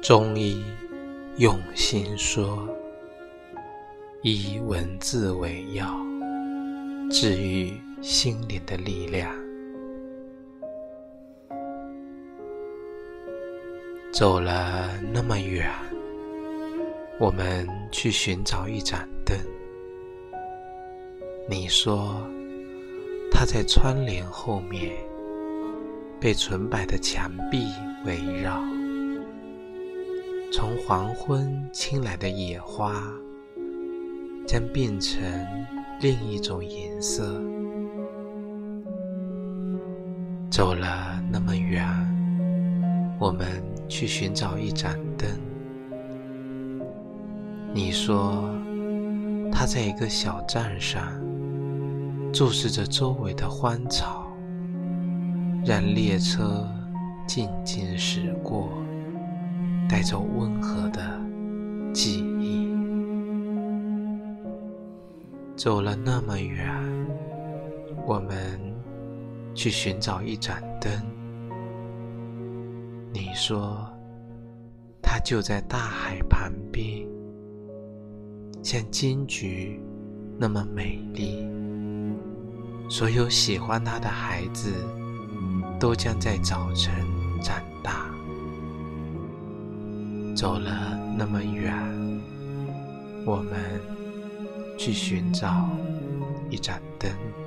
中医用心说，以文字为药，治愈心灵的力量。走了那么远，我们去寻找一盏灯。你说它在窗帘后面，被纯白的墙壁围绕。从黄昏亲来的野花，将变成另一种颜色。走了那么远，我们去寻找一盏灯。你说它在一个小站上，注视着周围的荒草，让列车静静驶过，带走温和的记忆。走了那么远，我们去寻找一盏灯。你说它就在大海旁边，像金菊那么美丽。所有喜欢它的孩子都将在早晨长大。走了那么远，我们去寻找一盏灯。